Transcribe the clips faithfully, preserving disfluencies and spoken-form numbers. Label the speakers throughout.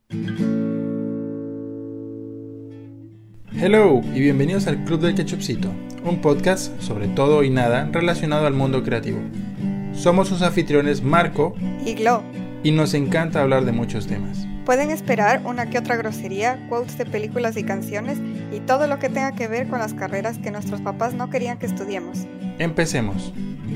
Speaker 1: Hello y bienvenidos al Club del Ketchupcito, un podcast sobre todo y nada relacionado al mundo creativo. Somos sus anfitriones Marco
Speaker 2: y Glo
Speaker 1: y nos encanta hablar de muchos temas.
Speaker 2: Pueden esperar una que otra grosería, quotes de películas y canciones y todo lo que tenga que ver con las carreras que nuestros papás no querían que estudiemos.
Speaker 1: Empecemos.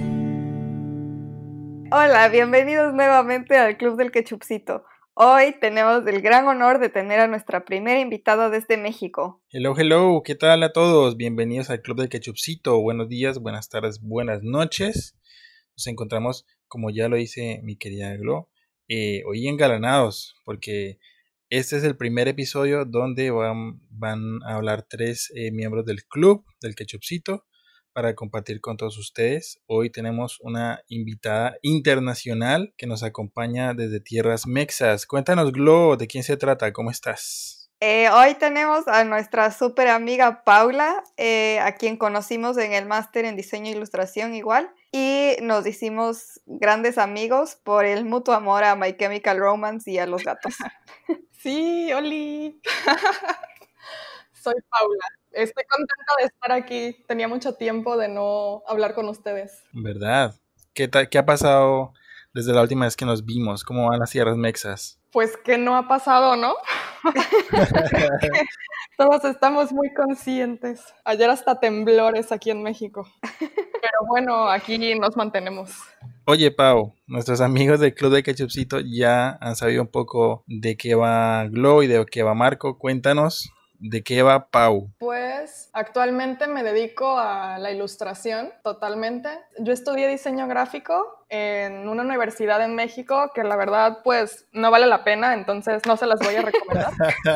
Speaker 2: Hola, bienvenidos nuevamente al Club del Ketchupcito. Hoy tenemos el gran honor de tener a nuestra primera invitada desde México.
Speaker 1: Hello, hello, ¿qué tal a todos? Bienvenidos al Club del Ketchupcito. Buenos días, buenas tardes, buenas noches. Nos encontramos, como ya lo dice mi querida Glo, eh, hoy engalanados, porque este es el primer episodio donde van, van a hablar tres eh, miembros del Club del Ketchupcito para compartir con todos ustedes. Hoy tenemos una invitada internacional que nos acompaña desde tierras mexas. Cuéntanos, Glo, ¿de quién se trata? ¿Cómo estás?
Speaker 2: Eh, hoy tenemos a nuestra súper amiga Paula, eh, a quien conocimos en el máster en diseño e ilustración igual, y nos hicimos grandes amigos por el mutuo amor a My Chemical Romance y a los gatos.
Speaker 3: Sí, Oli. Soy Paula. Estoy contenta de estar aquí. Tenía mucho tiempo de no hablar con ustedes.
Speaker 1: ¿Verdad? ¿Qué, ta- qué ha pasado desde la última vez que nos vimos? ¿Cómo van las tierras mexas?
Speaker 3: Pues que no ha pasado, ¿no? Todos estamos muy conscientes. Ayer hasta temblores aquí en México. Pero bueno, aquí nos mantenemos.
Speaker 1: Oye, Pau, nuestros amigos del Club de Ketchupcito ya han sabido un poco de qué va Glo y de qué va Marco. Cuéntanos de qué va Pau.
Speaker 3: Pues actualmente me dedico a la ilustración totalmente. Yo estudié diseño gráfico en una universidad en México que la verdad pues no vale la pena, entonces no se las voy a recomendar.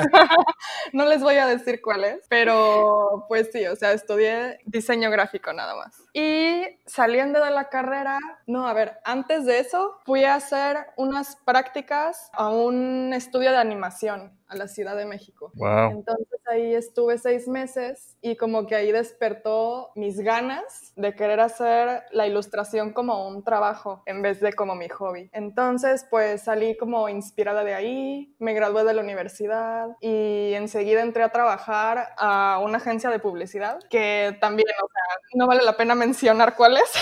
Speaker 3: No les voy a decir cuál es, pero pues sí, o sea, estudié diseño gráfico nada más. Y saliendo de la carrera, no, a ver, antes de eso fui a hacer unas prácticas a un estudio de animación a la Ciudad de México.
Speaker 1: Wow.
Speaker 3: Entonces ahí estuve seis meses y como que ahí despertó mis ganas de querer hacer la ilustración como un trabajo en vez de como mi hobby. Entonces pues salí como inspirada de ahí, me gradué de la universidad y enseguida entré a trabajar a una agencia de publicidad que también, o sea, no vale la pena mencionar cuál es.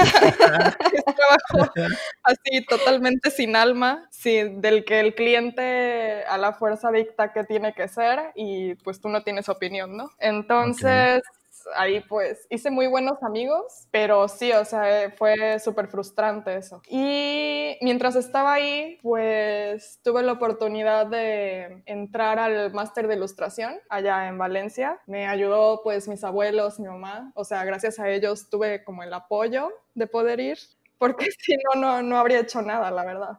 Speaker 3: Es trabajo así totalmente sin alma, sí, del que el cliente a la fuerza dicta qué tiene que ser y pues tú no tienes opinión, ¿no? Entonces, okay, ahí pues hice muy buenos amigos, pero sí, o sea, fue súper frustrante eso. Y mientras estaba ahí, pues tuve la oportunidad de entrar al máster de ilustración allá en Valencia. Me ayudó pues mis abuelos, mi mamá, o sea, gracias a ellos tuve como el apoyo de poder ir, porque si no, no, no habría hecho nada, la verdad.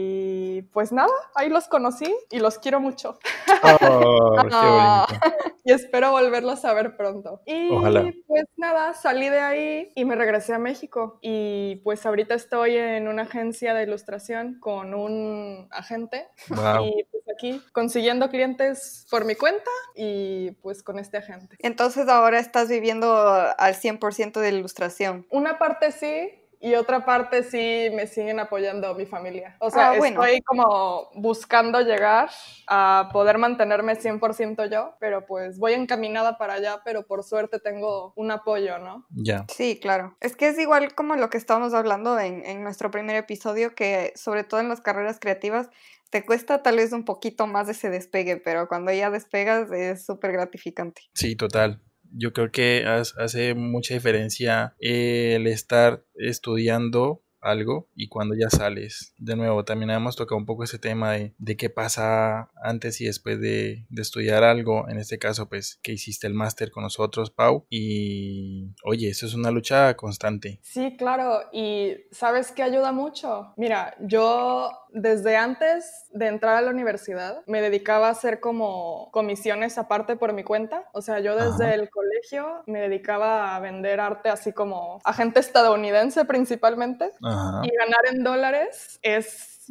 Speaker 3: Y pues nada, ahí los conocí y los quiero mucho.
Speaker 1: Oh, qué bonito.
Speaker 3: Y espero volverlos a ver pronto. Y
Speaker 1: ojalá.
Speaker 3: Pues nada, salí de ahí y me regresé a México. Y pues ahorita estoy en una agencia de ilustración con un agente.
Speaker 1: Wow.
Speaker 3: Y pues aquí consiguiendo clientes por mi cuenta y pues con este agente.
Speaker 2: Entonces ahora estás viviendo al cien por ciento de ilustración.
Speaker 3: Una parte sí. Y otra parte sí me siguen apoyando mi familia. O sea,
Speaker 2: ah, bueno.
Speaker 3: estoy como buscando llegar a poder mantenerme cien por ciento yo, pero pues voy encaminada para allá, pero por suerte tengo un apoyo, ¿no?
Speaker 1: Ya. Yeah.
Speaker 2: Sí, claro. Es que es igual como lo que estábamos hablando en, en nuestro primer episodio, que sobre todo en las carreras creativas te cuesta tal vez un poquito más ese despegue, pero cuando ya despegas es súper gratificante.
Speaker 1: Sí, total. Yo creo que hace mucha diferencia el estar estudiando algo y cuando ya sales. De nuevo, también hemos tocado un poco ese tema de, de qué pasa antes y después de, de estudiar algo. En este caso, pues, que hiciste el máster con nosotros, Pau. Y, oye, eso es una lucha constante.
Speaker 3: Sí, claro. Y ¿sabes qué ayuda mucho? Mira, yo desde antes de entrar a la universidad me dedicaba a hacer como comisiones aparte por mi cuenta. O sea, yo desde Ajá. el colegio me dedicaba a vender arte así como a gente estadounidense principalmente. Ajá. Y ganar en dólares es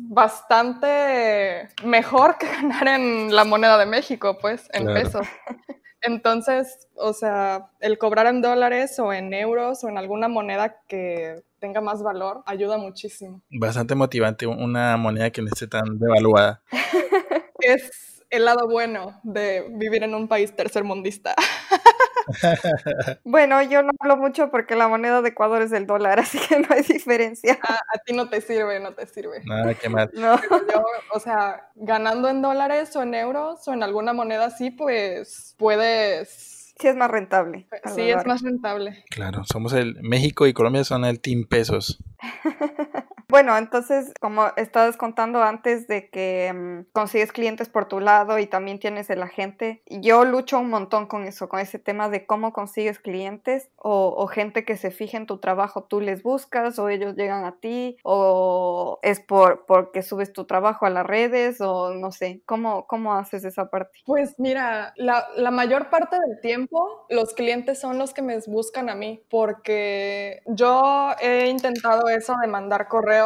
Speaker 3: bastante mejor que ganar en la moneda de México, pues, en claro. pesos. Entonces, o sea, el cobrar en dólares o en euros o en alguna moneda que tenga más valor ayuda muchísimo.
Speaker 1: Bastante motivante una moneda que no esté tan devaluada.
Speaker 3: es el lado bueno de vivir en un país tercermundista.
Speaker 2: Bueno, yo no hablo mucho porque la moneda de Ecuador es el dólar, así que no hay diferencia.
Speaker 3: Ah, a ti no te sirve, no te sirve.
Speaker 1: Nada, qué mal.
Speaker 2: No.
Speaker 3: Pero yo, o sea, ganando en dólares o en euros o en alguna moneda así, pues puedes...
Speaker 2: Sí es más rentable. a la
Speaker 3: Sí, es
Speaker 2: larga.
Speaker 3: más rentable.
Speaker 1: Claro, somos el... México y Colombia son el team pesos.
Speaker 2: Bueno, entonces, como estabas contando antes de que um, consigues clientes por tu lado y también tienes el agente, yo lucho un montón con eso, con ese tema de cómo consigues clientes o, o gente que se fije en tu trabajo, tú les buscas o ellos llegan a ti o es por porque subes tu trabajo a las redes o no sé, ¿cómo, cómo haces esa parte?
Speaker 3: Pues mira, la, la mayor parte del tiempo los clientes son los que me buscan a mí, porque yo he intentado eso de mandar correos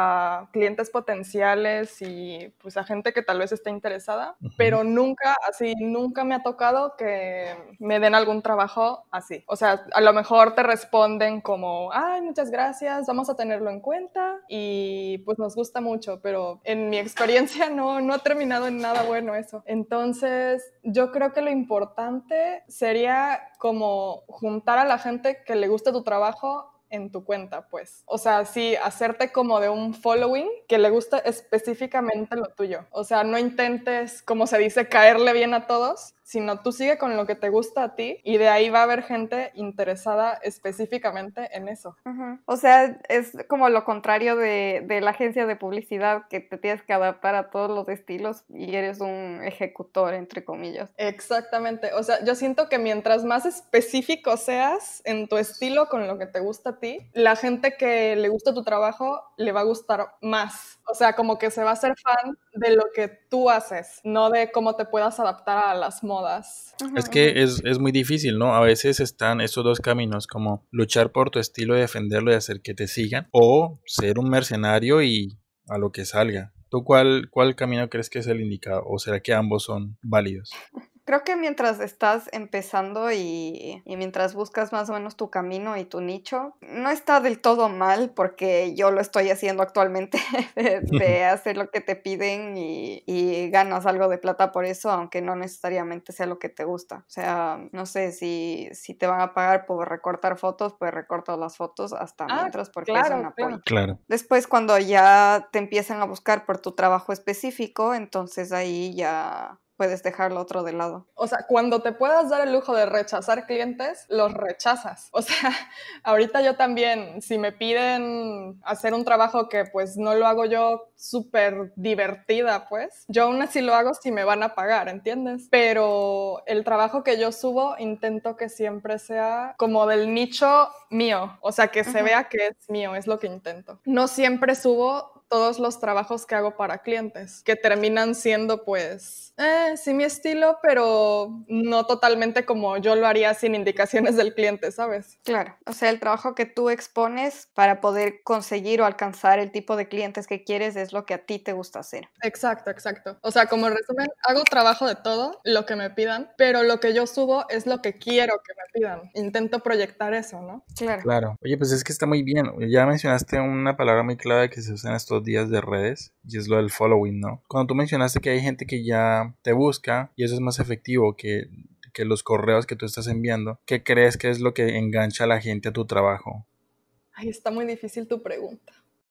Speaker 3: a clientes potenciales y pues a gente que tal vez esté interesada,
Speaker 1: Ujú.
Speaker 3: pero nunca, así, nunca me ha tocado que me den algún trabajo así. O sea, a lo mejor te responden como, ay, muchas gracias, vamos a tenerlo en cuenta y pues nos gusta mucho, pero en mi experiencia no, no ha terminado en nada bueno eso. Entonces, yo creo que lo importante sería como juntar a la gente que le guste tu trabajo en tu cuenta, pues. O sea, sí, hacerte como de un following que le guste específicamente lo tuyo. O sea, no intentes, como se dice, caerle bien a todos, sino tú sigue con lo que te gusta a ti y de ahí va a haber gente interesada específicamente en eso.
Speaker 2: Uh-huh. O sea, es como lo contrario de, de la agencia de publicidad, que te tienes que adaptar a todos los estilos y eres un ejecutor, entre comillas.
Speaker 3: Exactamente. O sea, yo siento que mientras más específico seas en tu estilo con lo que te gusta a ti, la gente que le gusta tu trabajo le va a gustar más. O sea, como que se va a hacer fan de lo que tú haces, no de cómo te puedas adaptar a las modas.
Speaker 2: Uh-huh,
Speaker 1: Es que
Speaker 2: uh-huh.
Speaker 1: es, es muy difícil, ¿no? A veces están esos dos caminos, como luchar por tu estilo y defenderlo y hacer que te sigan, o ser un mercenario y a lo que salga. ¿Tú cuál, cuál camino crees que es el indicado? ¿O será que ambos son válidos?
Speaker 2: Creo que mientras estás empezando y, y mientras buscas más o menos tu camino y tu nicho, no está del todo mal porque yo lo estoy haciendo actualmente de, de hacer lo que te piden y, y ganas algo de plata por eso, aunque no necesariamente sea lo que te gusta. O sea, no sé, si, si te van a pagar por recortar fotos, pues recortas las fotos hasta
Speaker 3: Ah,
Speaker 2: mientras porque es un
Speaker 3: claro,
Speaker 2: apoyo.
Speaker 3: claro.
Speaker 1: Claro.
Speaker 2: Después, cuando ya te empiezan a buscar por tu trabajo específico, entonces ahí ya puedes dejarlo otro de lado.
Speaker 3: O sea, cuando te puedas dar el lujo de rechazar clientes, los rechazas. O sea, ahorita yo también, si me piden hacer un trabajo que pues no lo hago yo súper divertida, pues, yo aún así lo hago si me van a pagar, ¿entiendes? Pero el trabajo que yo subo, intento que siempre sea como del nicho mío. O sea, que se
Speaker 2: Ujú.
Speaker 3: vea que es mío, es lo que intento. No siempre subo todos los trabajos que hago para clientes, que terminan siendo pues, eh, sí mi estilo, pero no totalmente como yo lo haría sin indicaciones del cliente, ¿sabes?
Speaker 2: Claro, o sea, el trabajo que tú expones para poder conseguir o alcanzar el tipo de clientes que quieres es lo que a ti te gusta hacer.
Speaker 3: Exacto, exacto. O sea, como resumen, hago trabajo de todo, lo que me pidan, pero lo que yo subo es lo que quiero que me pidan. Intento proyectar eso, ¿no?
Speaker 2: Claro.
Speaker 1: Claro. Oye, pues es que está muy bien. Ya mencionaste una palabra muy clave que se usa en estos días de redes y es lo del following, ¿no? Cuando tú mencionaste que hay gente que ya te busca y eso es más efectivo que, que los correos que tú estás enviando, ¿qué crees que es lo que engancha a la gente a tu trabajo?
Speaker 3: Ay, está muy difícil tu pregunta.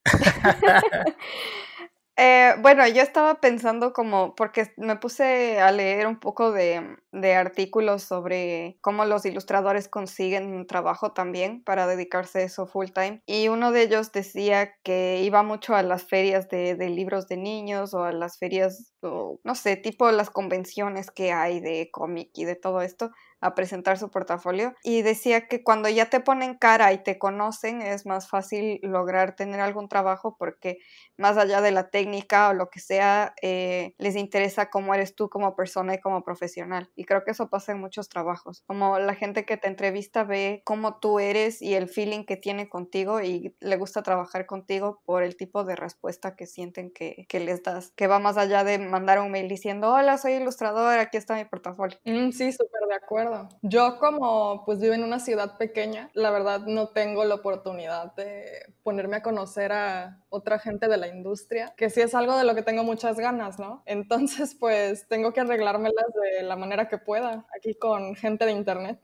Speaker 2: Eh, bueno, yo estaba pensando como, porque me puse a leer un poco de, de artículos sobre cómo los ilustradores consiguen un trabajo también para dedicarse a eso full time. Y uno de ellos decía que iba mucho a las ferias de, de libros de niños o a las ferias, o, no sé, tipo las convenciones que hay de cómic y de todo esto, a presentar su portafolio y decía que cuando ya te ponen cara y te conocen es más fácil lograr tener algún trabajo porque más allá de la técnica o lo que sea, eh, les interesa cómo eres tú como persona y como profesional. Y creo que eso pasa en muchos trabajos. Como la gente que te entrevista ve cómo tú eres y el feeling que tiene contigo y le gusta trabajar contigo por el tipo de respuesta que sienten que, que les das, que va más allá de mandar un mail diciendo, hola, soy ilustrador, aquí está mi portafolio.
Speaker 3: Mm, sí, súper de acuerdo. claro. Yo como pues vivo en una ciudad pequeña, la verdad no tengo la oportunidad de ponerme a conocer a otra gente de la industria, que sí es algo de lo que tengo muchas ganas, ¿no? Entonces pues tengo que arreglármelas de la manera que pueda, aquí con gente de internet.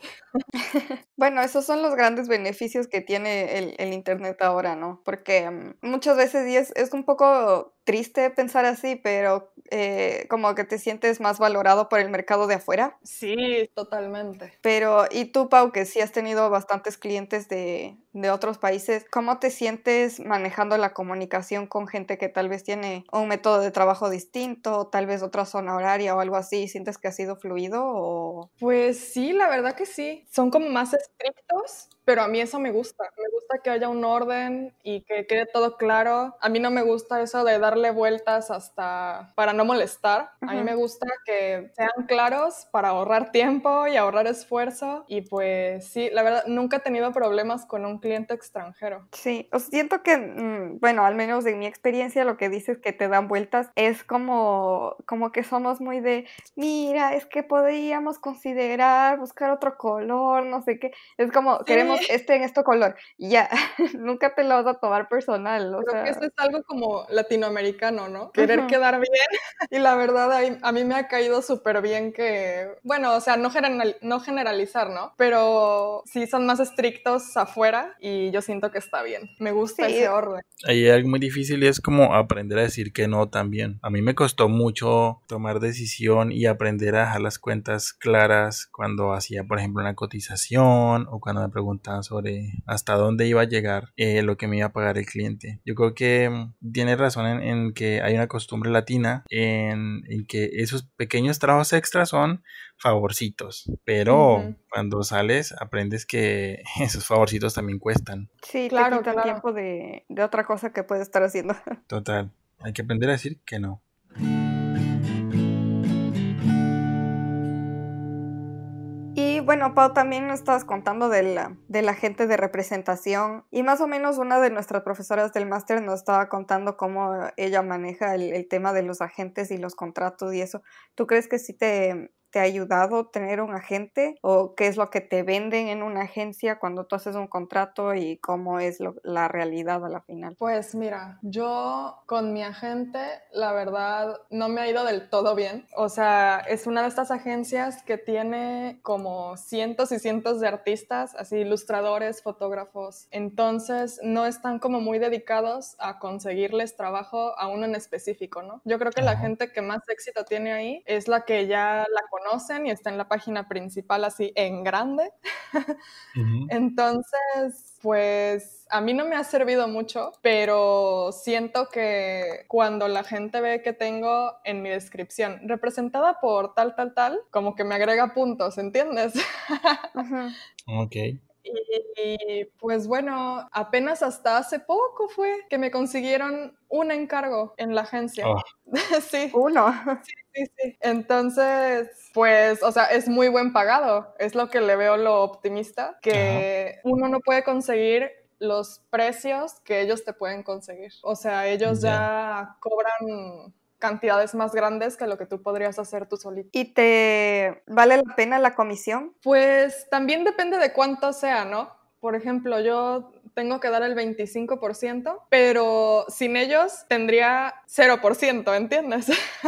Speaker 2: Bueno, esos son los grandes beneficios que tiene el, el internet ahora, ¿no? Porque um, muchas veces y es, es un poco triste pensar así, pero eh, como que te sientes más valorado por el mercado de afuera.
Speaker 3: Sí, totalmente.
Speaker 2: Pero, ¿y tú, Pau, que sí has tenido bastantes clientes de, de otros países, cómo te sientes manejando la comunicación con gente que tal vez tiene un método de trabajo distinto, tal vez otra zona horaria o algo así? ¿Sientes que ha sido fluido o...?
Speaker 3: Pues sí, la verdad que sí. Son como más estrictos, pero a mí eso me gusta. Me gusta que haya un orden y que quede todo claro. A mí no me gusta eso de darle vueltas hasta para no molestar. A mí me gusta que sean claros para ahorrar tiempo y ahorrar esfuerzo. Y pues sí, la verdad, nunca he tenido problemas con un cliente extranjero.
Speaker 2: Sí, o sea, siento que, mm, bueno, al menos en mi experiencia, lo que dices que te dan vueltas es como, como que somos muy de, mira, es que podríamos considerar buscar otro color, no sé qué. Es como,
Speaker 3: Sí,
Speaker 2: queremos este en este color. Y ya, nunca te lo vas a tomar personal, o
Speaker 3: creo que
Speaker 2: sea.
Speaker 3: eso es algo como latinoamericano, ¿no? Querer
Speaker 2: Ujú.
Speaker 3: quedar bien. Y la verdad, a, a mí me ha caído súper bien que, bueno, o sea, no, general, no generalizar, ¿no? Pero sí son más estrictos afuera y yo siento que está bien. Me gusta
Speaker 2: Sí,
Speaker 3: ese orden.
Speaker 1: Ahí algo muy difícil y es como aprender a decir que no también. A mí me costó mucho tomar decisión y aprender a dejar las cuentas claras cuando hacía, por ejemplo, una cotización o cuando me preguntaban sobre hasta dónde iba a llegar eh, lo que me iba a pagar el cliente. Yo creo que mm, tiene razón en, en que hay una costumbre latina en, en que esos pequeños trabajos extras son favorcitos, pero
Speaker 3: Ujú.
Speaker 1: cuando sales aprendes que esos favorcitos también cuestan.
Speaker 2: sí, te
Speaker 3: Claro,
Speaker 2: quitan
Speaker 3: claro.
Speaker 2: tiempo de, de otra cosa que puedes estar haciendo.
Speaker 1: Total, hay que aprender a decir que no.
Speaker 2: Y bueno, Pau, también nos estabas contando de la, de la gente de representación y más o menos una de nuestras profesoras del máster nos estaba contando cómo ella maneja el, el tema de los agentes y los contratos y eso. ¿Tú crees que sí te, te ha ayudado tener un agente o qué es lo que te venden en una agencia cuando tú haces un contrato y cómo es lo, la realidad a la final?
Speaker 3: Pues mira, yo con mi agente, la verdad, no me ha ido del todo bien. O sea, es una de estas agencias que tiene como cientos y cientos de artistas, así ilustradores, fotógrafos. Entonces, no están como muy dedicados a conseguirles trabajo a uno en específico, ¿no? Yo creo que la
Speaker 1: Ajá.
Speaker 3: gente que más éxito tiene ahí es la que ya la conocen y está en la página principal así en grande.
Speaker 1: Ujú.
Speaker 3: Entonces, pues a mí no me ha servido mucho, pero siento que cuando la gente ve que tengo en mi descripción representada por tal, tal, tal, como que me agrega puntos, ¿entiendes?
Speaker 2: Ujú.
Speaker 1: Ok.
Speaker 3: Y pues bueno, apenas hasta hace poco fue que me consiguieron un encargo en la agencia.
Speaker 1: Oh,
Speaker 3: Sí.
Speaker 2: Uno.
Speaker 3: Sí, sí. Entonces, pues, o sea, es muy buen pagado. Es lo que le veo lo optimista,
Speaker 1: ajá.
Speaker 3: que uno no puede conseguir los precios que ellos te pueden conseguir. O sea, ellos
Speaker 1: Ya.
Speaker 3: ya cobran cantidades más grandes que lo que tú podrías hacer tú solito.
Speaker 2: ¿Y te vale la pena la comisión?
Speaker 3: Pues también depende de cuánto sea, ¿no? Por ejemplo, yo tengo que dar el veinticinco por ciento, pero sin ellos tendría cero por ciento, ¿entiendes?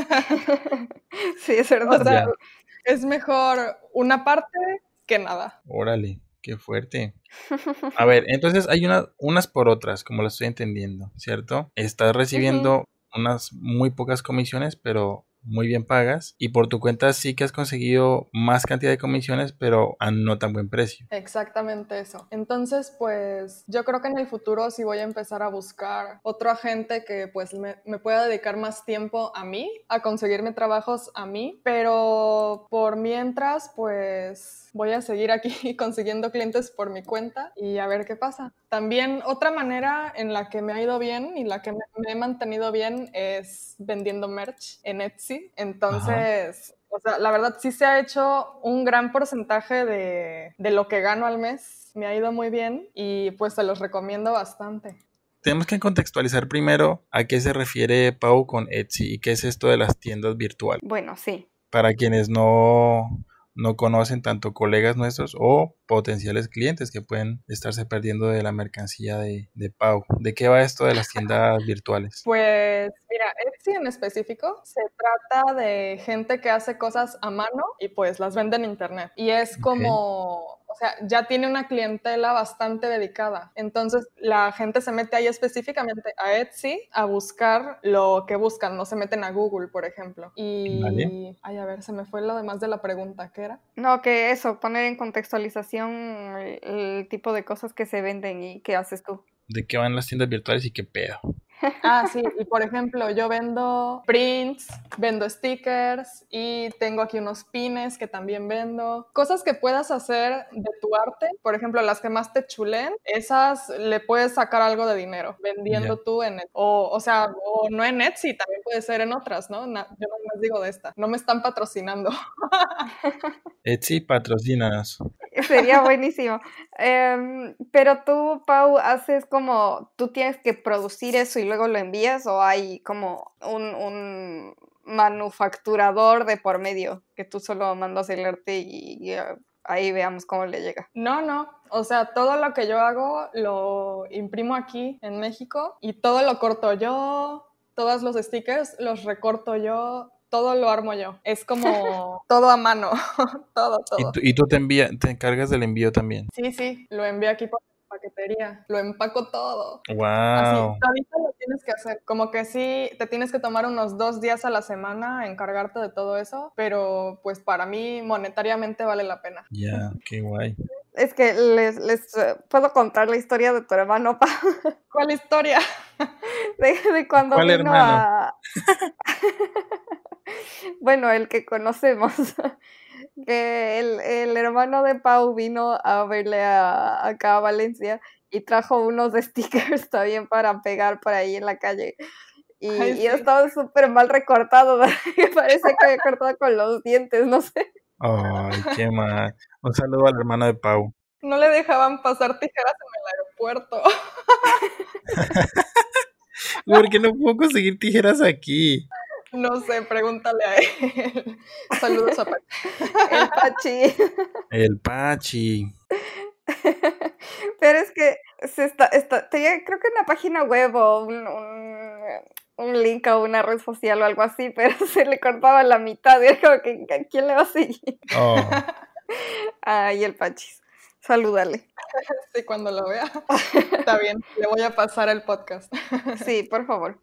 Speaker 2: Sí, es
Speaker 3: O
Speaker 2: verdad.
Speaker 3: sea,
Speaker 1: Ya.
Speaker 3: es mejor una parte que nada.
Speaker 1: Órale, qué fuerte. A ver, entonces hay una, unas por otras, como lo estoy entendiendo, ¿cierto? Estás
Speaker 3: Ujú.
Speaker 1: recibiendo unas muy pocas comisiones, pero muy bien pagas. Y por tu cuenta sí que has conseguido más cantidad de comisiones, pero a no tan buen precio.
Speaker 3: Exactamente eso. Entonces, pues yo creo que en el futuro sí voy a empezar a buscar otro agente que pues me, me pueda dedicar más tiempo a mí, a conseguirme trabajos a mí, pero por mientras pues voy a seguir aquí consiguiendo clientes por mi cuenta y a ver qué pasa. También otra manera en la que me ha ido bien y la que me, me he mantenido bien es vendiendo merch en Etsy.
Speaker 1: Ajá.
Speaker 3: Entonces, o sea, la verdad sí se ha hecho un gran porcentaje de, de lo que gano al mes. Me ha ido muy bien y pues se los recomiendo bastante.
Speaker 1: Tenemos que contextualizar primero a qué se refiere Pau con Etsy y qué es esto de las tiendas virtuales.
Speaker 2: Bueno, sí.
Speaker 1: Para quienes no, no conocen, tanto colegas nuestros o potenciales clientes que pueden estarse perdiendo de la mercancía de, de Pau. ¿De qué va esto de las tiendas virtuales?
Speaker 3: Pues mira, Etsy en específico se trata de gente que hace cosas a mano y pues las vende en internet. Y es como, okay. O sea, ya tiene una clientela bastante dedicada. Entonces la gente se mete ahí específicamente a Etsy a buscar lo que buscan, no se meten a Google, por ejemplo. Y, vale. Ay, a ver, se me fue lo demás de la pregunta, ¿qué era?
Speaker 2: No, que eso, poner en contextualización el, el tipo de cosas que se venden y qué haces tú.
Speaker 1: ¿De qué van las tiendas virtuales y qué pedo?
Speaker 3: Ah, sí, y por ejemplo, yo vendo prints, vendo stickers y tengo aquí unos pines que también vendo. Cosas que puedas hacer de tu arte, por ejemplo, las que más te chulen, esas le puedes sacar algo de dinero vendiendo yeah. tú en Etsy. O, o sea, o no en Etsy, también puede ser en otras, ¿no? Na, yo no más digo de esta, no me están patrocinando.
Speaker 1: Etsy, patrocínanos.
Speaker 2: Sería buenísimo. Um, pero tú, Pau, haces como, tú tienes que producir eso y luego lo envías, o hay como un, un manufacturador de por medio que tú solo mandas el arte y, y uh, ahí veamos cómo le llega.
Speaker 3: No, no. O sea, todo lo que yo hago lo imprimo aquí en México y todo lo corto yo, todos los stickers los recorto yo. Todo lo armo yo. Es como todo a mano. todo, todo.
Speaker 1: ¿Y tú, y tú te, envía, te encargas del envío también?
Speaker 3: Sí, sí. Lo envío aquí por paquetería. Lo empaco todo.
Speaker 1: ¡Wow!
Speaker 3: Así, ahorita lo tienes que hacer. Como que sí, te tienes que tomar unos dos días a la semana encargarte de todo eso. Pero pues para mí monetariamente vale la pena.
Speaker 1: Ya, yeah, qué guay.
Speaker 2: Es que les, les uh, puedo contar la historia de tu hermano, Pau.
Speaker 3: ¿Cuál historia?
Speaker 2: De, de cuando
Speaker 1: ¿Cuál
Speaker 2: vino
Speaker 1: hermano?
Speaker 2: a... Bueno, el que conocemos, que el, el hermano de Pau vino a verle a, acá a Valencia y trajo unos stickers también para pegar por ahí en la calle. Y, Ay, sí. y estaban súper mal recortados, parece que había cortado con los dientes, no sé.
Speaker 1: Ay, qué mal. Un saludo al hermano de Pau.
Speaker 3: No le dejaban pasar tijeras en el aeropuerto.
Speaker 1: ¿Por qué no puedo conseguir tijeras aquí?
Speaker 3: No sé, pregúntale a él. Saludos a Pachi.
Speaker 2: El Pachi.
Speaker 1: El Pachi.
Speaker 2: Pero es que se está, está, tenía creo que una página web o un, un, un link a una red social o algo así, pero se le cortaba la mitad y era como que ¿a quién le va a seguir?
Speaker 1: Oh.
Speaker 2: Ay, el Pachi. Salúdale.
Speaker 3: Sí, cuando lo vea. Está bien, le voy a pasar el podcast.
Speaker 2: Sí, por favor.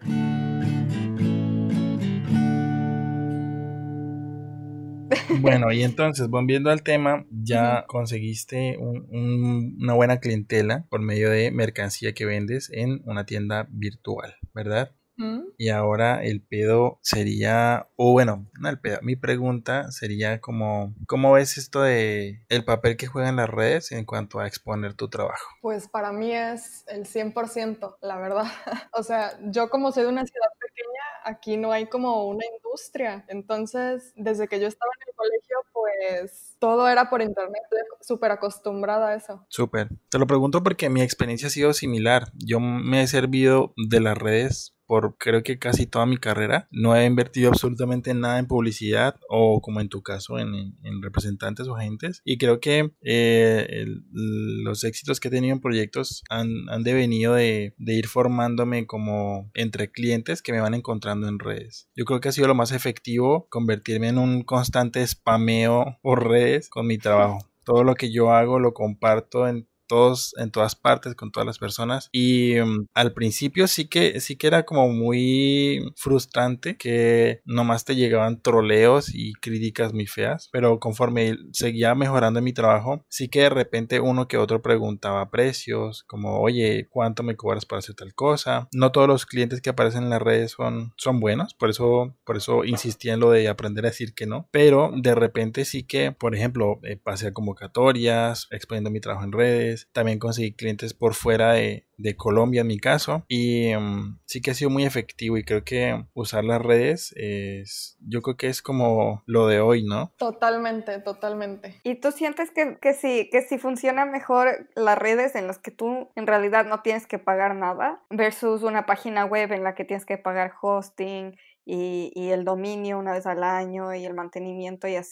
Speaker 1: Bueno, y entonces, volviendo al tema, ya uh-huh. conseguiste un, un, una buena clientela por medio de mercancía que vendes en una tienda virtual, ¿verdad? Uh-huh. Y ahora el pedo sería, o bueno, no el pedo, mi pregunta sería como, ¿cómo ves esto de el papel que juegan las redes en cuanto a exponer tu trabajo?
Speaker 3: Pues para mí es el cien por ciento, la verdad. O sea, yo como soy de una ciudad pequeña, aquí no hay como una industria. Entonces, desde que yo estaba en el colegio, pues todo era por internet. Estoy súper acostumbrada a eso.
Speaker 1: Súper. Te lo pregunto porque mi experiencia ha sido similar. Yo me he servido de las redes por creo que casi toda mi carrera. No he invertido absolutamente nada en publicidad o como en tu caso en, en representantes o agentes, y creo que eh, el, los éxitos que he tenido en proyectos han, han devenido de, de ir formándome como entre clientes que me van encontrando en redes. Yo creo que ha sido lo más efectivo convertirme en un constante spameo por redes con mi trabajo. Todo lo que yo hago lo comparto en todos, en todas partes, con todas las personas, y um, al principio sí que, sí que era como muy frustrante que nomás te llegaban troleos y críticas muy feas, pero conforme seguía mejorando en mi trabajo, sí que de repente uno que otro preguntaba precios, como oye, ¿cuánto me cobras para hacer tal cosa? No todos los clientes que aparecen en las redes son, son buenos, por eso, por eso insistía en lo de aprender a decir que no, pero de repente sí que, por ejemplo, eh, pasé a convocatorias, exponiendo mi trabajo en redes. También conseguí clientes por fuera de, de Colombia en mi caso, y um, sí que ha sido muy efectivo, y creo que usar las redes es, yo creo que es como lo de hoy, ¿no?
Speaker 3: Totalmente, totalmente.
Speaker 2: ¿Y tú sientes que, que sí, que sí funciona mejor las redes en las que tú en realidad no tienes que pagar nada versus una página web en la que tienes que pagar hosting y, y el dominio una vez al año y el mantenimiento y así?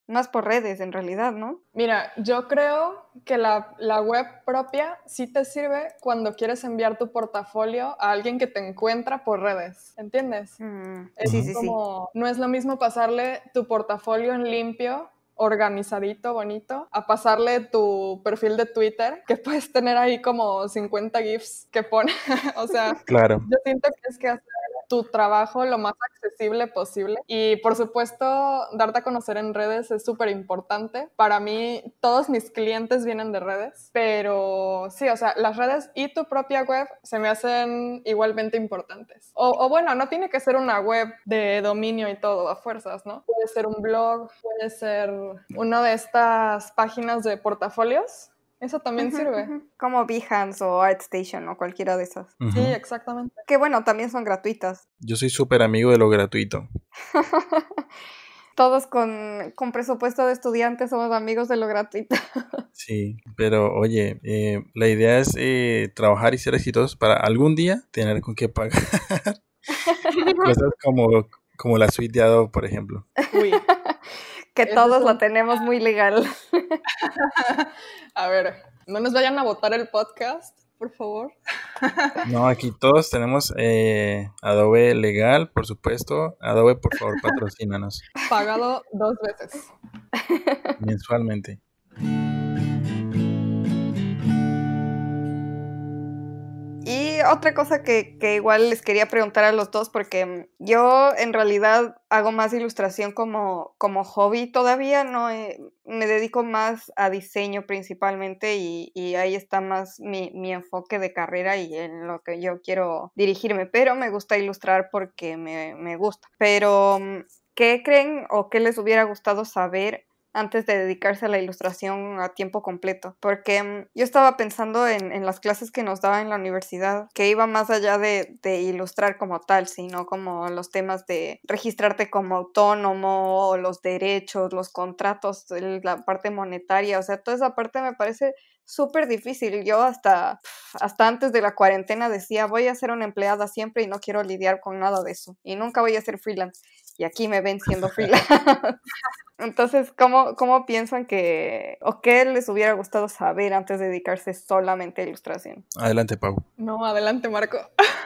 Speaker 2: más por redes en realidad, ¿no?
Speaker 3: Mira, yo creo que la, la web propia sí te sirve cuando quieres enviar tu portafolio a alguien que te encuentra por redes, ¿entiendes?
Speaker 2: Mm,
Speaker 3: Es
Speaker 2: sí, sí, sí.
Speaker 3: como, no es lo mismo pasarle tu portafolio en limpio, organizadito, bonito, a pasarle tu perfil de Twitter, que puedes tener ahí como cincuenta GIFs que pone, o sea,
Speaker 1: Claro.
Speaker 3: yo siento que es que hacer tu trabajo lo más accesible posible y por supuesto darte a conocer en redes es súper importante. Para mí todos mis clientes vienen de redes, pero sí, o sea, las redes y tu propia web se me hacen igualmente importantes. O, o bueno, no tiene que ser una web de dominio y todo a fuerzas, ¿no? Puede ser un blog, puede ser una de estas páginas de portafolios. Eso también
Speaker 2: Ujú,
Speaker 3: sirve.
Speaker 2: ujú. Como Behance o ArtStation o cualquiera de esas.
Speaker 1: Uh-huh.
Speaker 3: Sí, exactamente.
Speaker 2: Que bueno, también son gratuitas.
Speaker 1: Yo soy súper amigo de lo gratuito.
Speaker 2: Todos con, con presupuesto de estudiantes somos amigos de lo gratuito.
Speaker 1: Sí, pero oye, eh, la idea es eh, trabajar y ser exitosos para algún día tener con qué pagar cosas como, como la suite de Adobe, por ejemplo.
Speaker 3: Uy.
Speaker 2: Que
Speaker 3: Ese
Speaker 2: todos
Speaker 3: es
Speaker 2: lo
Speaker 3: un-
Speaker 2: tenemos muy legal.
Speaker 3: A ver, no nos vayan a botar el podcast, por favor.
Speaker 1: No, aquí todos tenemos eh, Adobe legal, por supuesto. Adobe, por favor, patrocínanos
Speaker 3: Pagado dos veces.
Speaker 1: mensualmente.
Speaker 2: Y otra cosa que, que igual les quería preguntar a los dos, porque yo en realidad hago más ilustración como, como hobby todavía, no eh, me dedico más a diseño principalmente y, y ahí está más mi, mi enfoque de carrera y en lo que yo quiero dirigirme, pero me gusta ilustrar porque me, me gusta. Pero, ¿qué creen o qué les hubiera gustado saber antes de dedicarse a la ilustración a tiempo completo? Porque um, yo estaba pensando en, en las clases que nos daban en la universidad, que iba más allá de, de ilustrar como tal, sino como los temas de registrarte como autónomo, los derechos, los contratos, el, la parte monetaria, o sea, toda esa parte me parece súper difícil. Yo hasta, hasta antes de la cuarentena decía, voy a ser una empleada siempre y no quiero lidiar con nada de eso, y nunca voy a ser freelance. Y aquí me ven siendo freelance. Entonces, ¿cómo, ¿cómo piensan que, o qué les hubiera gustado saber antes de dedicarse solamente a ilustración?
Speaker 1: Adelante, Pau.
Speaker 3: No, adelante, Marco.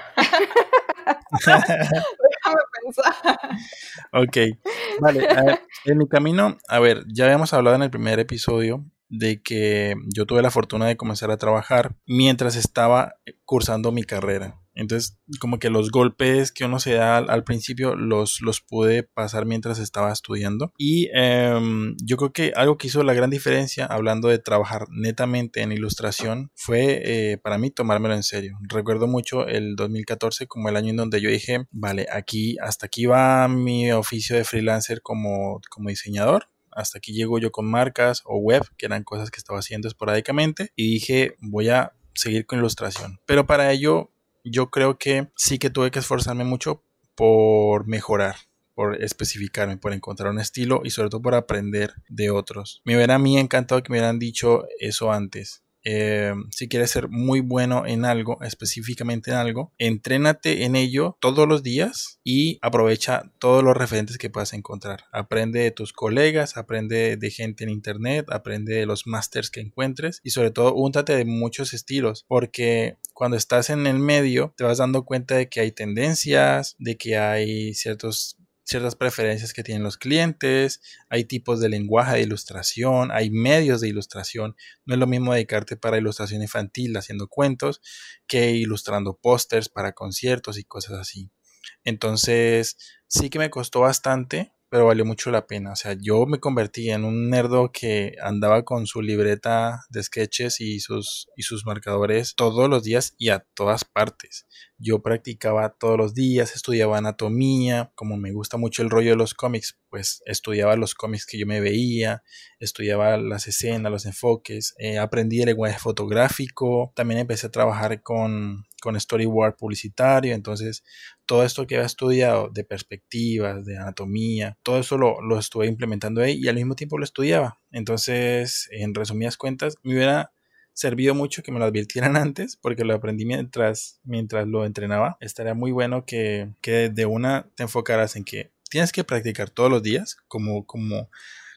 Speaker 3: Déjame pensar.
Speaker 1: Ok, vale. A ver, en mi camino, a ver, ya habíamos hablado en el primer episodio de que yo tuve la fortuna de comenzar a trabajar mientras estaba cursando mi carrera. Entonces, como que los golpes que uno se da al, al principio los, los pude pasar mientras estaba estudiando. Y eh, yo creo que algo que hizo la gran diferencia, hablando de trabajar netamente en ilustración, fue eh, para mí tomármelo en serio. Recuerdo mucho el dos mil catorce como el año en donde yo dije, vale, aquí hasta aquí va mi oficio de freelancer como, como diseñador. Hasta aquí llego yo con marcas o web, que eran cosas que estaba haciendo esporádicamente. Y dije, voy a seguir con ilustración. Pero para ello, yo creo que sí que tuve que esforzarme mucho por mejorar, por especificarme, por encontrar un estilo y sobre todo por aprender de otros. Me hubiera a mí encantado que me hubieran dicho eso antes. Eh, si quieres ser muy bueno en algo, específicamente en algo, entrénate en ello todos los días y aprovecha todos los referentes que puedas encontrar. Aprende de tus colegas, aprende de gente en internet, aprende de los másters que encuentres y sobre todo úntate de muchos estilos, porque cuando estás en el medio te vas dando cuenta de que hay tendencias, de que hay ciertos ciertas preferencias que tienen los clientes, hay tipos de lenguaje de ilustración, hay medios de ilustración. No es lo mismo dedicarte para ilustración infantil haciendo cuentos que ilustrando pósters para conciertos y cosas así. Entonces sí que me costó bastante, pero valió mucho la pena. O sea, yo me convertí en un nerdo que andaba con su libreta de sketches y sus, y sus marcadores todos los días y a todas partes. Yo practicaba todos los días, estudiaba anatomía, como me gusta mucho el rollo de los cómics, pues estudiaba los cómics que yo me veía, estudiaba las escenas, los enfoques, eh, aprendí el lenguaje fotográfico, también empecé a trabajar con, con storyboard publicitario, entonces todo esto que había estudiado de perspectivas, de anatomía, todo eso lo, lo estuve implementando ahí y al mismo tiempo lo estudiaba. Entonces, en resumidas cuentas, me hubiera servido mucho que me lo advirtieran antes porque lo aprendí mientras, mientras lo entrenaba. Estaría muy bueno que, que de una te enfocaras en que tienes que practicar todos los días como, como,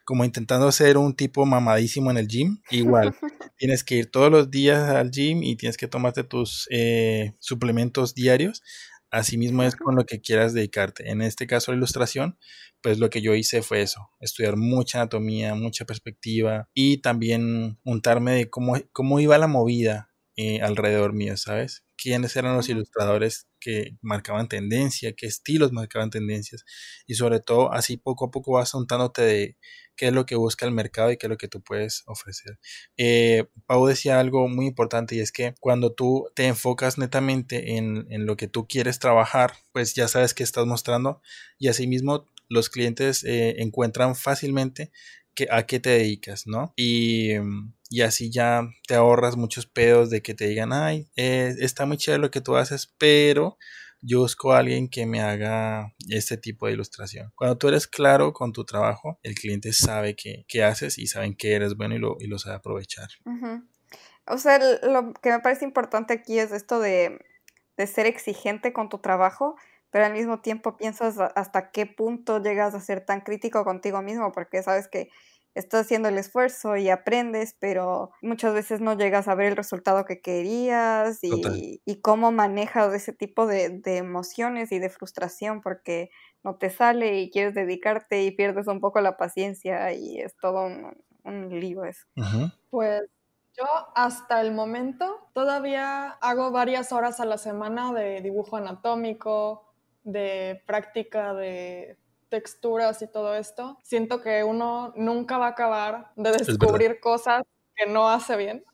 Speaker 1: como intentando ser un tipo mamadísimo en el gym, igual. Tienes que ir todos los días al gym y tienes que tomarte tus eh, suplementos diarios. Asimismo es con lo que quieras dedicarte. En este caso, la ilustración, pues lo que yo hice fue eso, estudiar mucha anatomía, mucha perspectiva y también untarme de cómo, cómo iba la movida eh, alrededor mío, ¿sabes? Quiénes eran los ilustradores que marcaban tendencia, qué estilos marcaban tendencias y sobre todo así poco a poco vas untándote de qué es lo que busca el mercado y qué es lo que tú puedes ofrecer. Eh, Pau decía algo muy importante y es que cuando tú te enfocas netamente en, en lo que tú quieres trabajar, pues ya sabes qué estás mostrando y asimismo los clientes eh, encuentran fácilmente que, a qué te dedicas, ¿no? Y, y así ya te ahorras muchos pedos de que te digan, ay, eh, está muy chévere lo que tú haces, pero yo busco a alguien que me haga este tipo de ilustración. Cuando tú eres claro con tu trabajo, el cliente sabe qué, qué haces y saben que eres bueno y lo, y lo sabe aprovechar.
Speaker 2: Uh-huh. O sea, lo que me parece importante aquí es esto de, de ser exigente con tu trabajo, pero al mismo tiempo piensas hasta qué punto llegas a ser tan crítico contigo mismo, porque sabes que estás haciendo el esfuerzo y aprendes, pero muchas veces no llegas a ver el resultado que querías y, y cómo manejas ese tipo de, de emociones y de frustración porque no te sale y quieres dedicarte y pierdes un poco la paciencia y es todo un, un lío eso.
Speaker 1: Uh-huh.
Speaker 3: Pues yo hasta el momento todavía hago varias horas a la semana de dibujo anatómico, de práctica de texturas y todo esto. Siento que uno nunca va a acabar de descubrir cosas que no hace bien.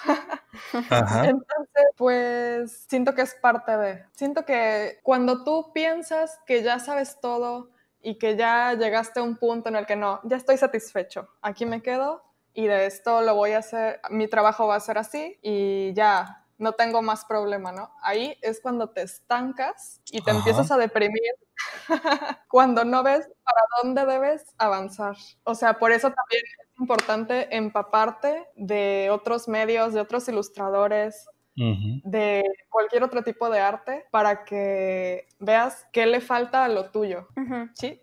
Speaker 1: Ajá.
Speaker 3: Entonces, pues siento que es parte de... Siento que cuando tú piensas que ya sabes todo y que ya llegaste a un punto en el que no, ya estoy satisfecho, aquí me quedo y de esto lo voy a hacer, mi trabajo va a ser así y ya, no tengo más problema, ¿no? Ahí es cuando te estancas y te
Speaker 1: Ajá.
Speaker 3: empiezas a deprimir cuando no ves para dónde debes avanzar. O sea, por eso también es importante empaparte de otros medios, de otros ilustradores, uh-huh. de cualquier otro tipo de arte para que veas qué le falta a lo tuyo. Uh-huh. ¿Sí?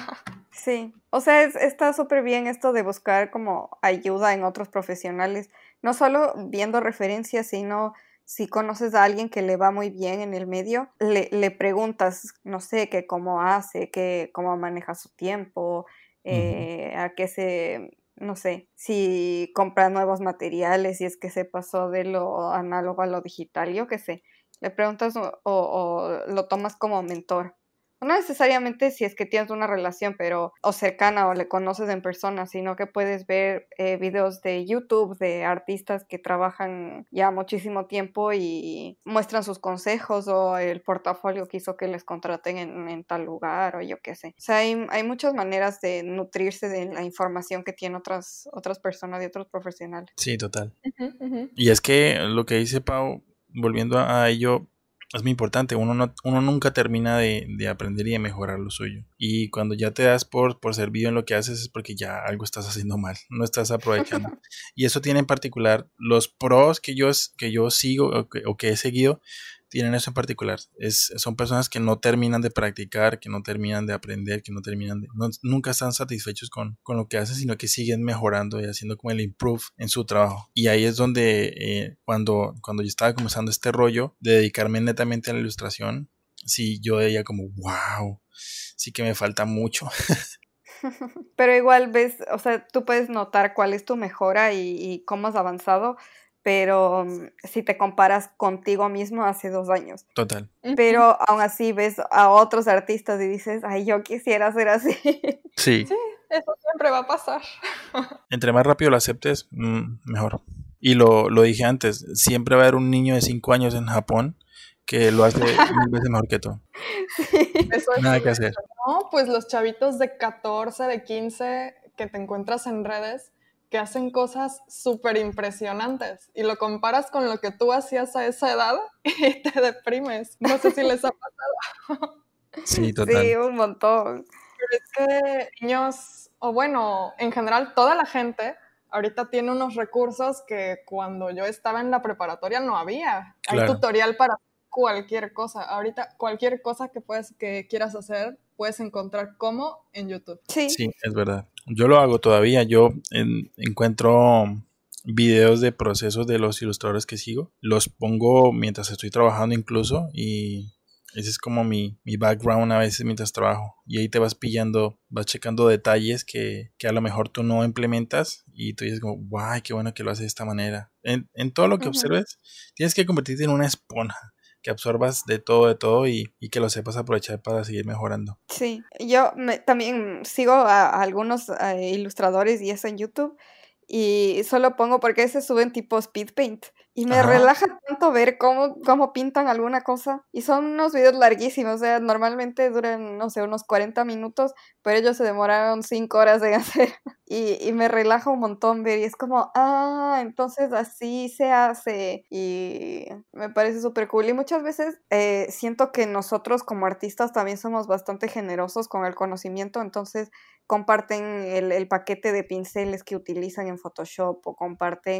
Speaker 2: Sí, o sea, es, está súper bien esto de buscar como ayuda en otros profesionales, no solo viendo referencias, sino si conoces a alguien que le va muy bien en el medio, le, le preguntas, no sé, que cómo hace, que cómo maneja su tiempo, eh, uh-huh. a qué se, no sé, si compra nuevos materiales, si es que se pasó de lo análogo a lo digital, yo qué sé, le preguntas o, o, o lo tomas como mentor. No necesariamente si es que tienes una relación, pero o cercana o le conoces en persona, sino que puedes ver eh, videos de YouTube de artistas que trabajan ya muchísimo tiempo y muestran sus consejos o el portafolio que hizo que les contraten en, en tal lugar o yo qué sé. O sea, hay, hay muchas maneras de nutrirse de la información que tienen otras, otras personas y otros profesionales.
Speaker 1: Sí, total. Uh-huh, uh-huh. Y es que lo que dice Pau, volviendo a ello, es muy importante, uno, no, uno nunca termina de, de aprender y de mejorar lo suyo. Y cuando ya te das por, por servido en lo que haces es porque ya algo estás haciendo mal, no estás aprovechando. Y eso tiene en particular, los pros que yo, que yo sigo o que, o que he seguido, tienen eso en particular. Es, son personas que no terminan de practicar, que no terminan de aprender, que no terminan de... No, nunca están satisfechos con, con lo que hacen, sino que siguen mejorando y haciendo como el improve en su trabajo. Y ahí es donde eh, cuando, cuando yo estaba comenzando este rollo de dedicarme netamente a la ilustración, sí, yo veía como, wow, sí que me falta mucho.
Speaker 2: Pero igual ves, o sea, tú puedes notar cuál es tu mejora y, y cómo has avanzado, pero um, si te comparas contigo mismo hace dos años.
Speaker 1: Total.
Speaker 2: Pero aún así ves a otros artistas y dices, ay, yo quisiera ser así.
Speaker 1: Sí.
Speaker 3: Sí, eso siempre va a pasar.
Speaker 1: Entre más rápido lo aceptes, mmm, mejor. Y lo, lo dije antes, siempre va a haber un niño de cinco años en Japón que lo hace mil veces mejor que tú.
Speaker 2: Sí.
Speaker 3: Eso es
Speaker 1: nada que hacer.
Speaker 3: No, pues los chavitos de catorce, de quince que te encuentras en redes que hacen cosas súper impresionantes y lo comparas con lo que tú hacías a esa edad y te deprimes. No sé si les ha pasado.
Speaker 1: Sí, total.
Speaker 2: Sí, un montón.
Speaker 3: Pero es que niños, o bueno, en general toda la gente ahorita tiene unos recursos que cuando yo estaba en la preparatoria no había. Claro. Hay tutorial para cualquier cosa. Ahorita cualquier cosa que, puedes, que quieras hacer puedes encontrar como en YouTube.
Speaker 2: Sí.
Speaker 1: Sí, es verdad. Yo lo hago todavía. Yo en, encuentro videos de procesos de los ilustradores que sigo. Los pongo mientras estoy trabajando incluso y ese es como mi, mi background a veces mientras trabajo. Y ahí te vas pillando, vas checando detalles que, que a lo mejor tú no implementas y tú dices como, guay, qué bueno que lo hace de esta manera. En, en todo lo que uh-huh. observes, tienes que convertirte en una esponja. Que absorbas de todo, de todo y, y que lo sepas aprovechar para seguir mejorando.
Speaker 2: Sí, yo me, también sigo a, a algunos a ilustradores y eso en YouTube y solo pongo porque se suben tipo speed paint y me Ajá. relaja tanto ver cómo, cómo pintan alguna cosa y son unos videos larguísimos, o sea, normalmente duran, no sé, unos cuarenta minutos, pero ellos se demoraron cinco horas en hacer y, y me relaja un montón ver y es como, ah, entonces así se hace y me parece súper cool y muchas veces eh, siento que nosotros como artistas también somos bastante generosos con el conocimiento, entonces comparten el, el paquete de pinceles que utilizan en Photoshop o comparten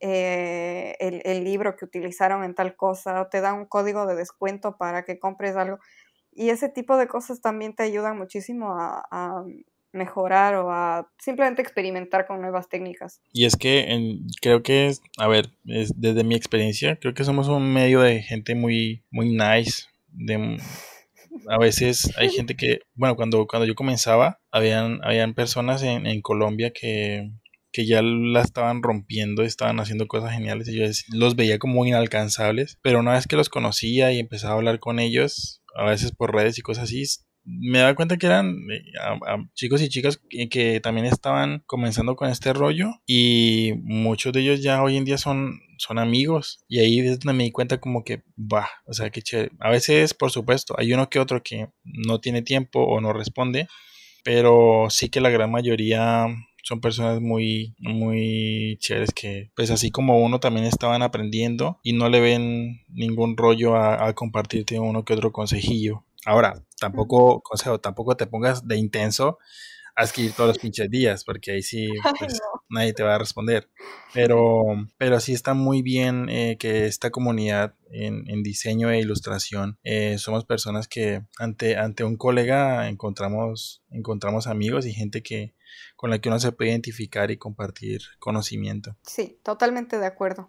Speaker 2: eh, el, el libro que utilizaron en tal cosa, o te dan un código de descuento para que compres algo y ese tipo de cosas también te ayudan muchísimo a, a mejorar o a simplemente experimentar con nuevas técnicas.
Speaker 1: Y es que en, creo que es, a ver, es, desde mi experiencia, creo que somos un medio de gente muy, muy nice, de... A veces hay gente que, bueno, cuando, cuando yo comenzaba, habían, habían personas en, en Colombia que, que ya la estaban rompiendo, estaban haciendo cosas geniales y yo los veía como inalcanzables, pero una vez que los conocía y empezaba a hablar con ellos, a veces por redes y cosas así, me daba cuenta que eran a, a chicos y chicas que, que también estaban comenzando con este rollo y muchos de ellos ya hoy en día son, son amigos y ahí es donde me di cuenta como que bah, o sea que chévere. A veces por supuesto hay uno que otro que no tiene tiempo o no responde, pero sí que la gran mayoría son personas muy, muy chéveres que pues así como uno también estaban aprendiendo y no le ven ningún rollo a, a compartirte uno que otro consejillo. Ahora, tampoco, consejo, tampoco te pongas de intenso a escribir todos los pinches días, porque ahí sí, pues, no. nadie te va a responder. Pero, pero sí está muy bien eh, que esta comunidad en, en diseño e ilustración, eh, somos personas que ante, ante un colega encontramos, encontramos amigos y gente que, con la que uno se puede identificar y compartir conocimiento.
Speaker 2: Sí, totalmente de acuerdo.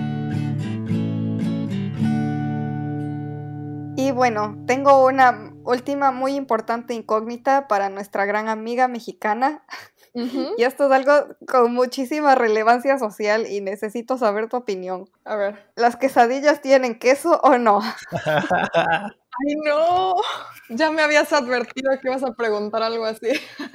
Speaker 2: Y bueno, tengo una última muy importante incógnita para nuestra gran amiga mexicana. Uh-huh. Y esto es algo con muchísima relevancia social y necesito saber tu opinión.
Speaker 3: A ver.
Speaker 2: ¿Las quesadillas tienen queso o no?
Speaker 3: ¡Ay, no! Ya me habías advertido que ibas a preguntar algo así.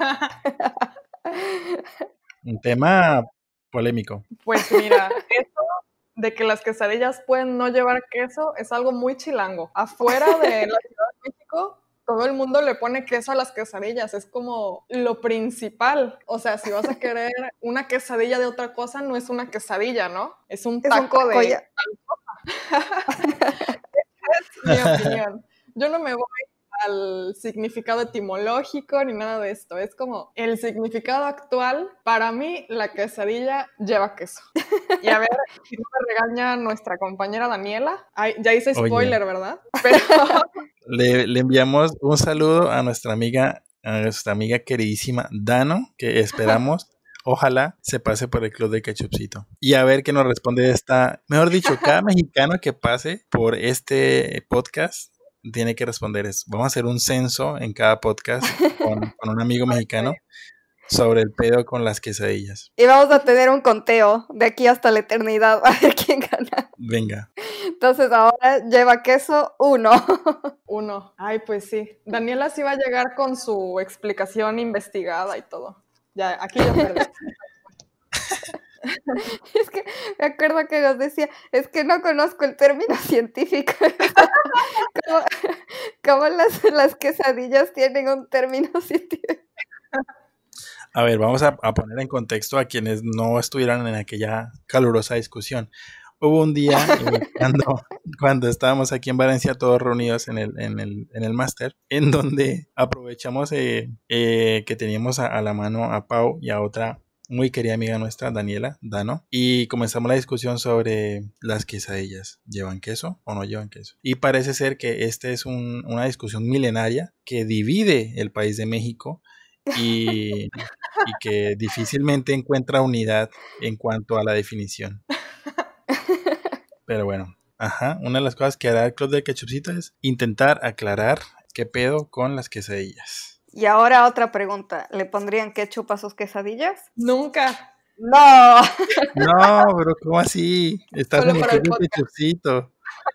Speaker 1: Un tema polémico.
Speaker 3: Pues mira, eso de que las quesadillas pueden no llevar queso es algo muy chilango. Afuera de la Ciudad de México, todo el mundo le pone queso a las quesadillas. Es como lo principal. O sea, si vas a querer una quesadilla de otra cosa, no es una quesadilla, ¿no? Es un taco, es un taco de ya. tal cosa. Esa es mi opinión. Yo no me voy al significado etimológico ni nada de esto. Es como el significado actual. Para mí, la quesadilla lleva queso. Y a ver si no me regaña nuestra compañera Daniela. Ay, ya hice spoiler, Oye. ¿verdad? Pero...
Speaker 1: le, le enviamos un saludo a nuestra amiga, a nuestra amiga queridísima Dano, que esperamos ojalá se pase por el Club de Ketchupcito. Y a ver qué nos responde esta, mejor dicho, cada mexicano que pase por este podcast tiene que responder eso. Vamos a hacer un censo en cada podcast con, con un amigo mexicano sobre el pedo con las quesadillas.
Speaker 2: Y vamos a tener un conteo de aquí hasta la eternidad a ver quién gana.
Speaker 1: Venga.
Speaker 2: Entonces ahora lleva queso uno.
Speaker 3: Uno. Ay, pues sí. Daniela sí va a llegar con su explicación investigada y todo. Ya, aquí ya perdí.
Speaker 2: Es que me acuerdo que nos decía, es que no conozco el término científico. como, como las, las quesadillas tienen un término científico.
Speaker 1: A ver, vamos a, a poner en contexto a quienes no estuvieran en aquella calurosa discusión. Hubo un día eh, cuando, cuando estábamos aquí en Valencia todos reunidos en el, en el, en el máster, en donde aprovechamos eh, eh, que teníamos a, a la mano a Pau y a otra muy querida amiga nuestra, Daniela, Dano, y comenzamos la discusión sobre las quesadillas. ¿Llevan queso o no llevan queso? Y parece ser que esta es un, una discusión milenaria que divide el país de México y, y que difícilmente encuentra unidad en cuanto a la definición. Pero bueno, ajá, una de las cosas que hará el Club del Ketchupcito es intentar aclarar qué pedo con las quesadillas.
Speaker 2: Y ahora otra pregunta, ¿le pondrían ketchup a sus quesadillas?
Speaker 3: Nunca.
Speaker 2: ¡No!
Speaker 1: No, pero ¿cómo así? Estás
Speaker 3: Solo
Speaker 1: en el
Speaker 3: para el
Speaker 1: Club del
Speaker 3: podcast.
Speaker 1: Ketchupcito.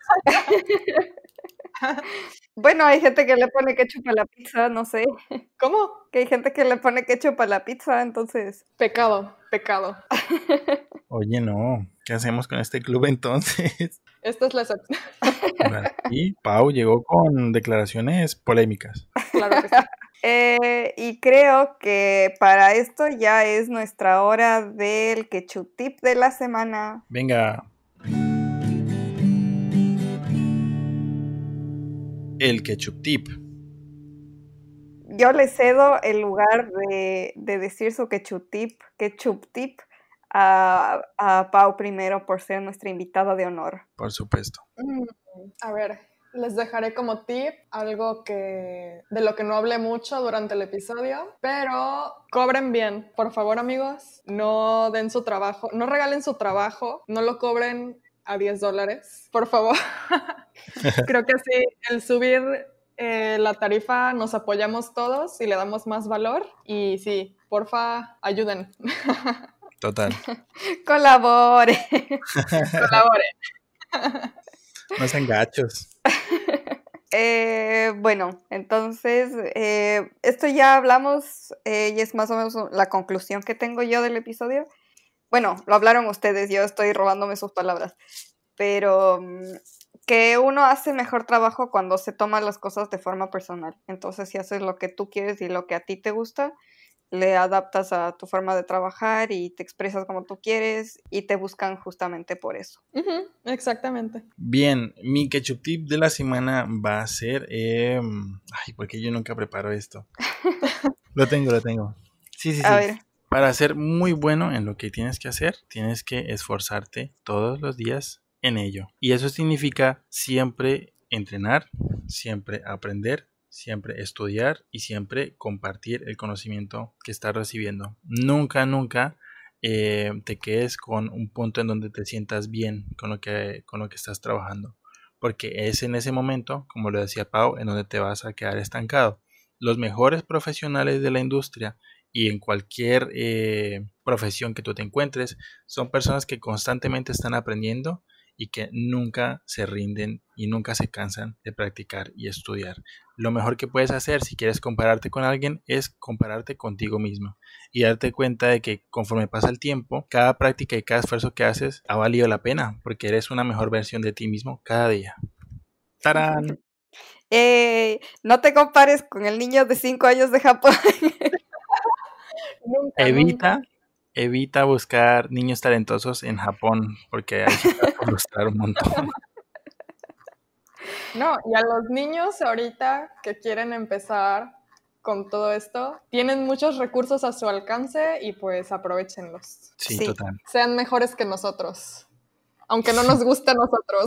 Speaker 2: Bueno, hay gente que le pone ketchup a la pizza, no sé.
Speaker 3: ¿Cómo?
Speaker 2: Que hay gente que le pone ketchup a la pizza, entonces...
Speaker 3: Pecado, pecado.
Speaker 1: Oye, no, ¿qué hacemos con este club entonces?
Speaker 3: Esta es la excepción.
Speaker 1: Bueno, y Pau llegó con declaraciones polémicas.
Speaker 3: Claro que sí.
Speaker 2: Eh, y creo que para esto ya es nuestra hora del ketchup tip de la semana.
Speaker 1: Venga. El ketchup tip.
Speaker 2: Yo le cedo el lugar de, de decir su ketchup tip, ketchup tip a, a Pau primero por ser nuestra invitada de honor.
Speaker 1: Por supuesto.
Speaker 3: Mm, a ver, les dejaré como tip algo que de lo que no hablé mucho durante el episodio, pero cobren bien, por favor, amigos. No den su trabajo, no regalen su trabajo, no lo cobren a diez dólares, por favor. Creo que sí, el subir eh, la tarifa nos apoyamos todos y le damos más valor. Y sí, porfa, ayuden.
Speaker 1: Total.
Speaker 2: Colabore.
Speaker 3: Colaboren.
Speaker 1: No sean gachos.
Speaker 2: Eh, bueno, entonces, eh, esto ya hablamos eh, y es más o menos la conclusión que tengo yo del episodio. Bueno, lo hablaron ustedes, yo estoy robándome sus palabras, pero um, que uno hace mejor trabajo cuando se toma las cosas de forma personal. Entonces, si haces lo que tú quieres y lo que a ti te gusta, le adaptas a tu forma de trabajar y te expresas como tú quieres y te buscan justamente por eso.
Speaker 3: Uh-huh, exactamente.
Speaker 1: Bien, mi ketchup tip de la semana va a ser... Eh, ay, porque yo nunca preparo esto. Lo tengo, lo tengo. Sí, sí, sí.
Speaker 2: A ver.
Speaker 1: Para ser muy bueno en lo que tienes que hacer, tienes que esforzarte todos los días en ello. Y eso significa siempre entrenar, siempre aprender, siempre estudiar y siempre compartir el conocimiento que estás recibiendo. Nunca, nunca eh, te quedes con un punto en donde te sientas bien con lo que, con lo que estás trabajando. Porque es en ese momento, como lo decía Pau, en donde te vas a quedar estancado. Los mejores profesionales de la industria y en cualquier eh, profesión que tú te encuentres son personas que constantemente están aprendiendo y que nunca se rinden y nunca se cansan de practicar y estudiar. Lo mejor que puedes hacer si quieres compararte con alguien es compararte contigo mismo y darte cuenta de que conforme pasa el tiempo, cada práctica y cada esfuerzo que haces ha valido la pena porque eres una mejor versión de ti mismo cada día. ¡Tarán!
Speaker 2: Eh, no te compares con el niño de cinco años de Japón.
Speaker 3: Nunca,
Speaker 1: Evita,
Speaker 3: nunca.
Speaker 1: evita buscar niños talentosos en Japón porque ahí se te va a frustrar un montón.
Speaker 3: No, y a los niños ahorita que quieren empezar con todo esto, tienen muchos recursos a su alcance y pues aprovechenlos.
Speaker 1: Sí,
Speaker 2: Sí.
Speaker 1: total.
Speaker 3: Sean mejores que nosotros, aunque no nos guste a nosotros.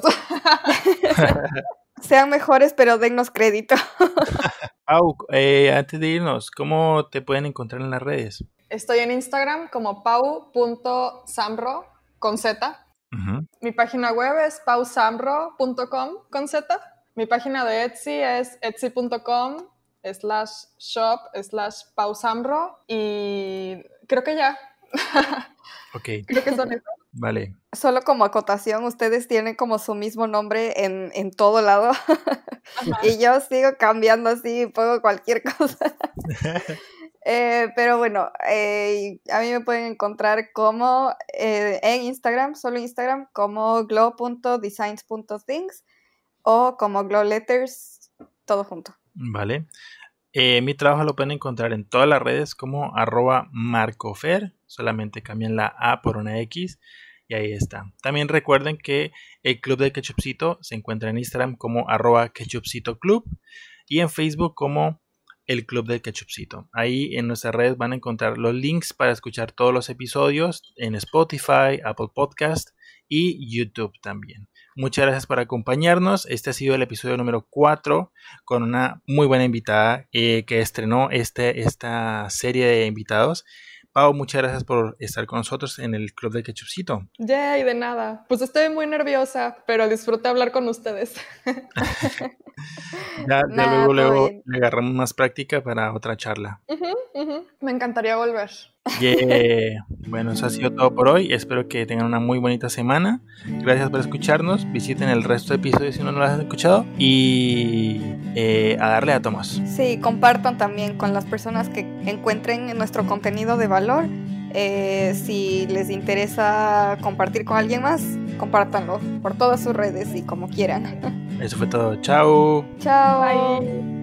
Speaker 2: Sean mejores, pero dennos crédito.
Speaker 1: Pau, eh, antes de irnos, ¿cómo te pueden encontrar en las redes?
Speaker 3: Estoy en Instagram como pau punto samro con Z.
Speaker 1: Uh-huh.
Speaker 3: Mi página web es pau samro punto com con Z. Mi página de Etsy es etsy punto com slash shop slash pausamro y creo que ya.
Speaker 1: Ok.
Speaker 3: Creo que son esas.
Speaker 1: Vale.
Speaker 2: Solo como acotación, ustedes tienen como su mismo nombre en, en todo lado. Y yo sigo cambiando así, pongo cualquier cosa. eh, pero bueno, eh, a mí me pueden encontrar como eh, en Instagram, solo Instagram, como glow punto designs punto things o como glow letters, todo junto.
Speaker 1: Vale. Eh, mi trabajo lo pueden encontrar en todas las redes como arroba marcofer, solamente cambian la A por una X y ahí está. También recuerden que el Club del Ketchupcito se encuentra en Instagram como arroba ketchupcito club y en Facebook como el Club del Ketchupcito. Ahí en nuestras redes van a encontrar los links para escuchar todos los episodios en Spotify, Apple Podcast y YouTube también. Muchas gracias por acompañarnos. Este ha sido el episodio número cuatro con una muy buena invitada eh, que estrenó este, esta serie de invitados. Pau, muchas gracias por estar con nosotros en el Club del Ketchupcito.
Speaker 3: Yay, de nada. Pues estoy muy nerviosa, pero disfruté hablar con ustedes.
Speaker 1: ya, ya
Speaker 2: Nah,
Speaker 1: luego,
Speaker 2: todo
Speaker 1: luego
Speaker 2: bien.
Speaker 1: le agarramos más práctica para otra charla.
Speaker 3: Uh-huh, uh-huh. Me encantaría volver.
Speaker 1: Yeah. Bueno, eso ha sido todo por hoy. Espero que tengan una muy bonita semana. Gracias por escucharnos. Visiten el resto de episodios si no lo han escuchado. Y eh, a darle a Tomás.
Speaker 2: Sí, compartan también con las personas que encuentren nuestro contenido de valor. Eh, si les interesa compartir con alguien más, compártanlo por todas sus redes y como quieran.
Speaker 1: Eso fue todo. Chao.
Speaker 2: Chao.
Speaker 3: Bye.